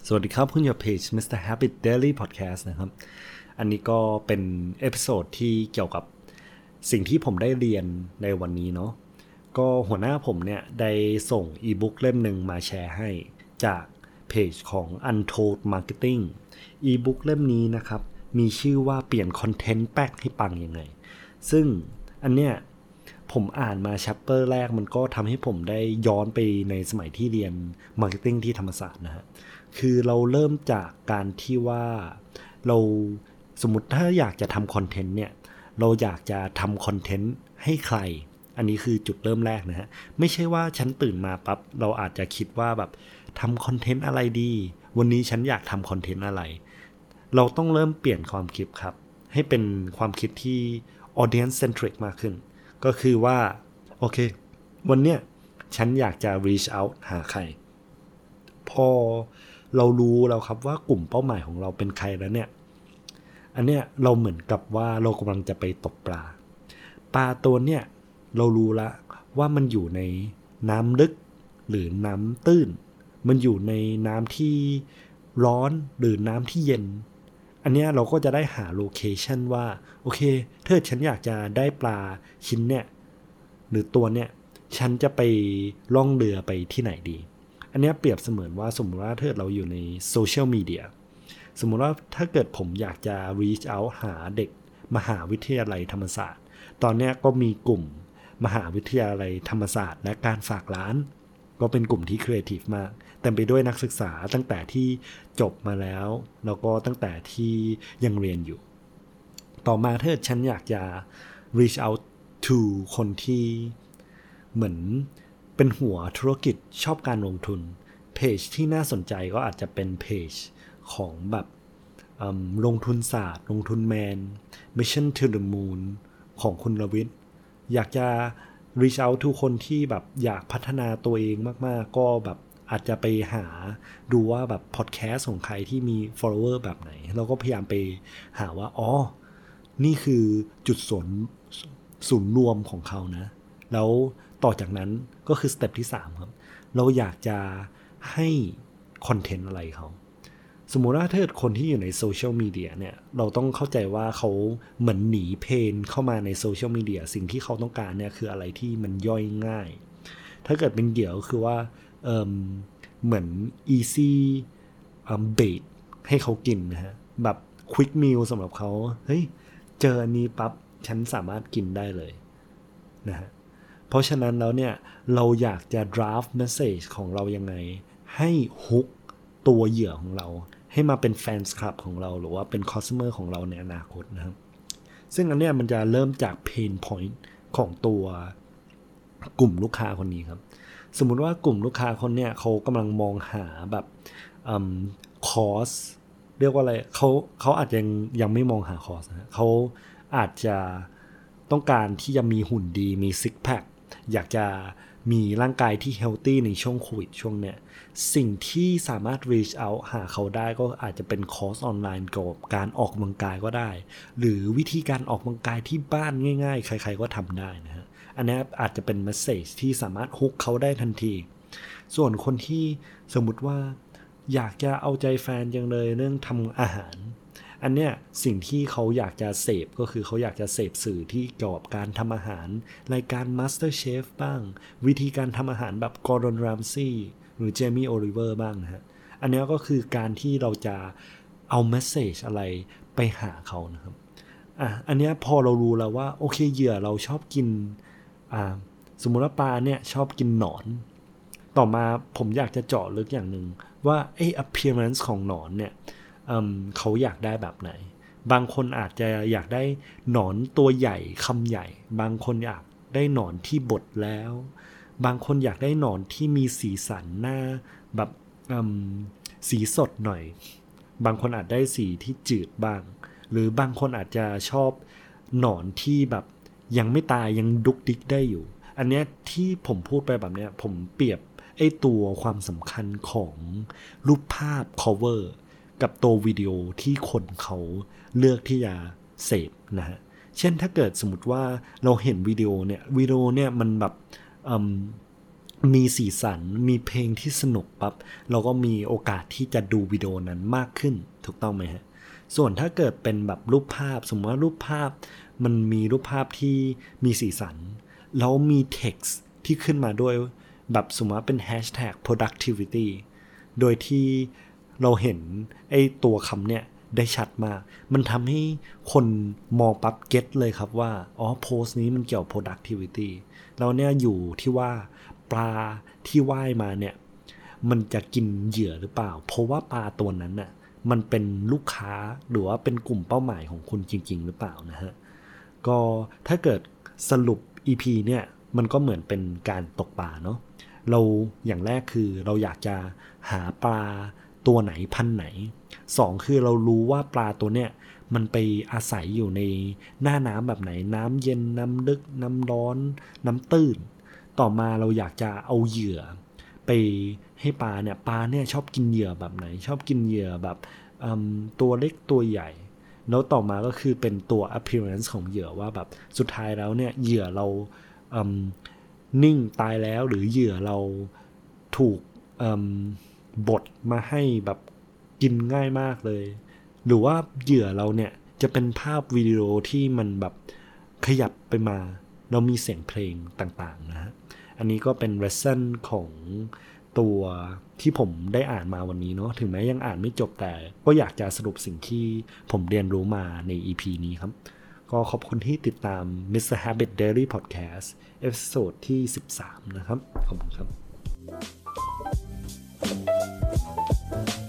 สวัสดีครับคุณอยู่เพจ Mr. Habit Daily Podcast นะครับอันนี้ก็เป็นเอพิโซดที่เกี่ยวกับสิ่งที่ผมได้เรียนในวันนี้เนาะก็หัวหน้าผมเนี่ยได้ส่งอีบุ๊กเล่มหนึ่งมาแชร์ให้จากเพจของ Untold Marketing อีบุ๊กเล่มนี้นะครับมีชื่อว่าเปลี่ยนคอนเทนต์แป๊กให้ปังยังไงซึ่งอันเนี้ยผมอ่านมาแชปเตอร์แรกมันก็ทำให้ผมได้ย้อนไปในสมัยที่เรียนมาร์เก็ตติ้งที่ธรรมศาสตร์นะฮะคือเราเริ่มจากการที่ว่าเราสมมติถ้าอยากจะทำคอนเทนต์เนี่ยเราอยากจะทำคอนเทนต์ให้ใครอันนี้คือจุดเริ่มแรกนะฮะไม่ใช่ว่าฉันตื่นมาปั๊บเราอาจจะคิดว่าแบบทำคอนเทนต์อะไรดีวันนี้ฉันอยากทำคอนเทนต์อะไรเราต้องเริ่มเปลี่ยนความคิดครับให้เป็นความคิดที่ audience centric มากขึ้นก็คือว่าโอเควันเนี้ยฉันอยากจะ reach out หาใครพอเรารู้แล้วครับว่ากลุ่มเป้าหมายของเราเป็นใครแล้วเนี่ยอันเนี้ยเราเหมือนกับว่าเรากำลังจะไปตกปลาตัวเนี้ยเรารู้ละว่ามันอยู่ในน้ำลึกหรือน้ำตื้นมันอยู่ในน้ำที่ร้อนหรือน้ำที่เย็นอันเนี้ยเราก็จะได้หาโลเคชันว่าโอเคถ้าฉันอยากจะได้ปลาชิ้นเนี่ยหรือตัวเนี่ยฉันจะไปล่องเรือไปที่ไหนดีอันนี้เปรียบเสมือนว่าสมมติว่าถ้าเราอยู่ในโซเชียลมีเดียสมมติว่าถ้าเกิดผมอยากจะ reach out หาเด็กมหาวิทยาลัยธรรมศาสตร์ตอนนี้ก็มีกลุ่มมหาวิทยาลัยธรรมศาสตร์และการฝากร้านก็เป็นกลุ่มที่ครีเอทีฟมากเต็มไปด้วยนักศึกษาตั้งแต่ที่จบมาแล้วแล้วก็ตั้งแต่ที่ยังเรียนอยู่ต่อมาถ้าฉันอยากจะ reach out to คนที่เหมือนเป็นหัวธุรกิจชอบการลงทุนเพจที่น่าสนใจก็อาจจะเป็นเพจของแบบลงทุนศาสตร์ลงทุนแมน Mission to the Moon ของคุณรวิทย์อยากจะ reach out to คนที่แบบอยากพัฒนาตัวเองมากๆก็แบบอาจจะไปหาดูว่าแบบพอดแคสต์ของใครที่มี follower แบบไหนเราก็พยายามไปหาว่าอ๋อนี่คือจุดศูนย์รวมของเขานะแล้วต่อจากนั้นก็คือสเต็ปที่3ครับเราอยากจะให้คอนเทนต์อะไรเขาสมมุติว่าถ้าคนที่อยู่ในโซเชียลมีเดียเนี่ยเราต้องเข้าใจว่าเขาเหมือนหนีเพนเข้ามาในโซเชียลมีเดียสิ่งที่เขาต้องการเนี่ยคืออะไรที่มันย่อยง่ายถ้าเกิดเป็นเหยื่อก็คือว่าเหมือน easy bait ให้เขากินนะฮะแบบ quick meal สำหรับเขาเฮ้ยเจออันนี้ปั๊บฉันสามารถกินได้เลยนะฮะเพราะฉะนั้นแล้วเนี่ยเราอยากจะ draft message ของเรายังไงให้ฮุกตัวเหยื่อของเราให้มาเป็นแฟนคลับของเราหรือว่าเป็น customer ของเราในอนาคตนะครับซึ่งอันเนี้ยมันจะเริ่มจาก pain point ของตัวกลุ่มลูกค้าคนนี้ครับสมมุติว่ากลุ่มลูกค้าคนเนี้ยเขากำลังมองหาแบบคอร์สเรียกว่าอะไรเขาอาจจะยังไม่มองหาคอร์สนะเขาอาจจะต้องการที่จะมีหุ่นดีมีซิกแพคอยากจะมีร่างกายที่เฮลตี้ในช่วงโควิดช่วงเนี้ยสิ่งที่สามารถ reach out หาเขาได้ก็อาจจะเป็นคอร์สออนไลน์กับการออกกำลังกายก็ได้หรือวิธีการออกกำลังกายที่บ้านง่ายๆใครๆก็ทำได้นะฮะอันนี้อาจจะเป็น message ที่สามารถฮุกเขาได้ทันทีส่วนคนที่สมมุติว่าอยากจะเอาใจแฟนจังเลยเรื่องทำอาหารอันเนี้ยสิ่งที่เขาอยากจะเสพก็คือเขาอยากจะเสพสื่อที่เกี่ยวกับการทำอาหารรายการ Master Chef บ้างวิธีการทำอาหารแบบ Gordon Ramsay หรือ Jamie Oliver บ้างนะฮะอันนี้ก็คือการที่เราจะเอาเมสเสจอะไรไปหาเขานะครับอันนี้พอเรารู้แล้วว่าโอเคเหยื่อเราชอบกินสมมุติว่าปลาเนี่ยชอบกินหนอนต่อมาผมอยากจะเจาะลึกอย่างหนึ่งว่าappearance ของหนอนเนี่ยเขาอยากได้แบบไหนบางคนอาจจะอยากได้หนอนตัวใหญ่คำใหญ่บางคนอยากได้หนอนที่บดแล้วบางคนอยากได้หนอนที่มีสีสันหน้าแบบสีสดหน่อยบางคนอาจได้สีที่จืดบ้างหรือบางคนอาจจะชอบหนอนที่แบบยังไม่ตายยังดุกดิกได้อยู่อันเนี้ยที่ผมพูดไปแบบเนี้ยผมเปรียบตัวความสำคัญของรูปภาพ coverกับตัววิดีโอที่คนเขาเลือกที่จะเสพนะฮะเช่นถ้าเกิดสมมติว่าเราเห็นวิดีโอเนี่ยมันแบบมีสีสันมีเพลงที่สนุกปั๊บเราก็มีโอกาสที่จะดูวิดีโอนั้นมากขึ้นถูกต้องไหมฮะส่วนถ้าเกิดเป็นแบบรูปภาพสมมติว่ารูปภาพมันมีรูปภาพที่มีสีสันแล้วมี text ที่ขึ้นมาด้วยแบบสมมติว่าเป็น hashtag productivity โดยที่เราเห็นไอ้ตัวคำเนี่ยได้ชัดมากมันทำให้คนมองปั๊บเก็ตเลยครับว่าอ๋อโพสต์นี้มันเกี่ยว productivity แล้วเนี่ยอยู่ที่ว่าปลาที่ว่ายมาเนี่ยมันจะกินเหยื่อหรือเปล่าเพราะว่าปลาตัวนั้นน่ะมันเป็นลูกค้าหรือว่าเป็นกลุ่มเป้าหมายของคุณจริงๆหรือเปล่านะฮะก็ถ้าเกิดสรุป EP เนี่ยมันก็เหมือนเป็นการตกปลาเนาะเราอย่างแรกคือเราอยากจะหาปลาตัวไหนพันไหนสองคือเรารู้ว่าปลาตัวเนี้ยมันไปอาศัยอยู่ในหน้าน้ำแบบไหนน้ำเย็นน้ำลึกน้ำร้อนน้ำตื้นต่อมาเราอยากจะเอาเหยื่อไปให้ปลาเนี่ยชอบกินเหยื่อแบบไหนชอบกินเหยื่อแบบตัวเล็กตัวใหญ่แล้วต่อมาก็คือเป็นตัว appearance ของเหยื่อว่าแบบสุดท้ายแล้วเนี่ยเหยื่อเรานิ่งตายแล้วหรือเหยื่อเราถูกบดมาให้แบบกินง่ายมากเลยหรือว่าเหยื่อเราเนี่ยจะเป็นภาพวิดีโอที่มันแบบขยับไปมาเรามีเสียงเพลงต่างๆนะฮะอันนี้ก็เป็น lesson ของตัวที่ผมได้อ่านมาวันนี้เนาะถึงแม้ยังอ่านไม่จบแต่ก็อยากจะสรุปสิ่งที่ผมเรียนรู้มาใน EP นี้ครับก็ขอบคุณที่ติดตาม Mr. Habit Daily Podcast เอพิโซดที่13นะครับขอบคุณครับ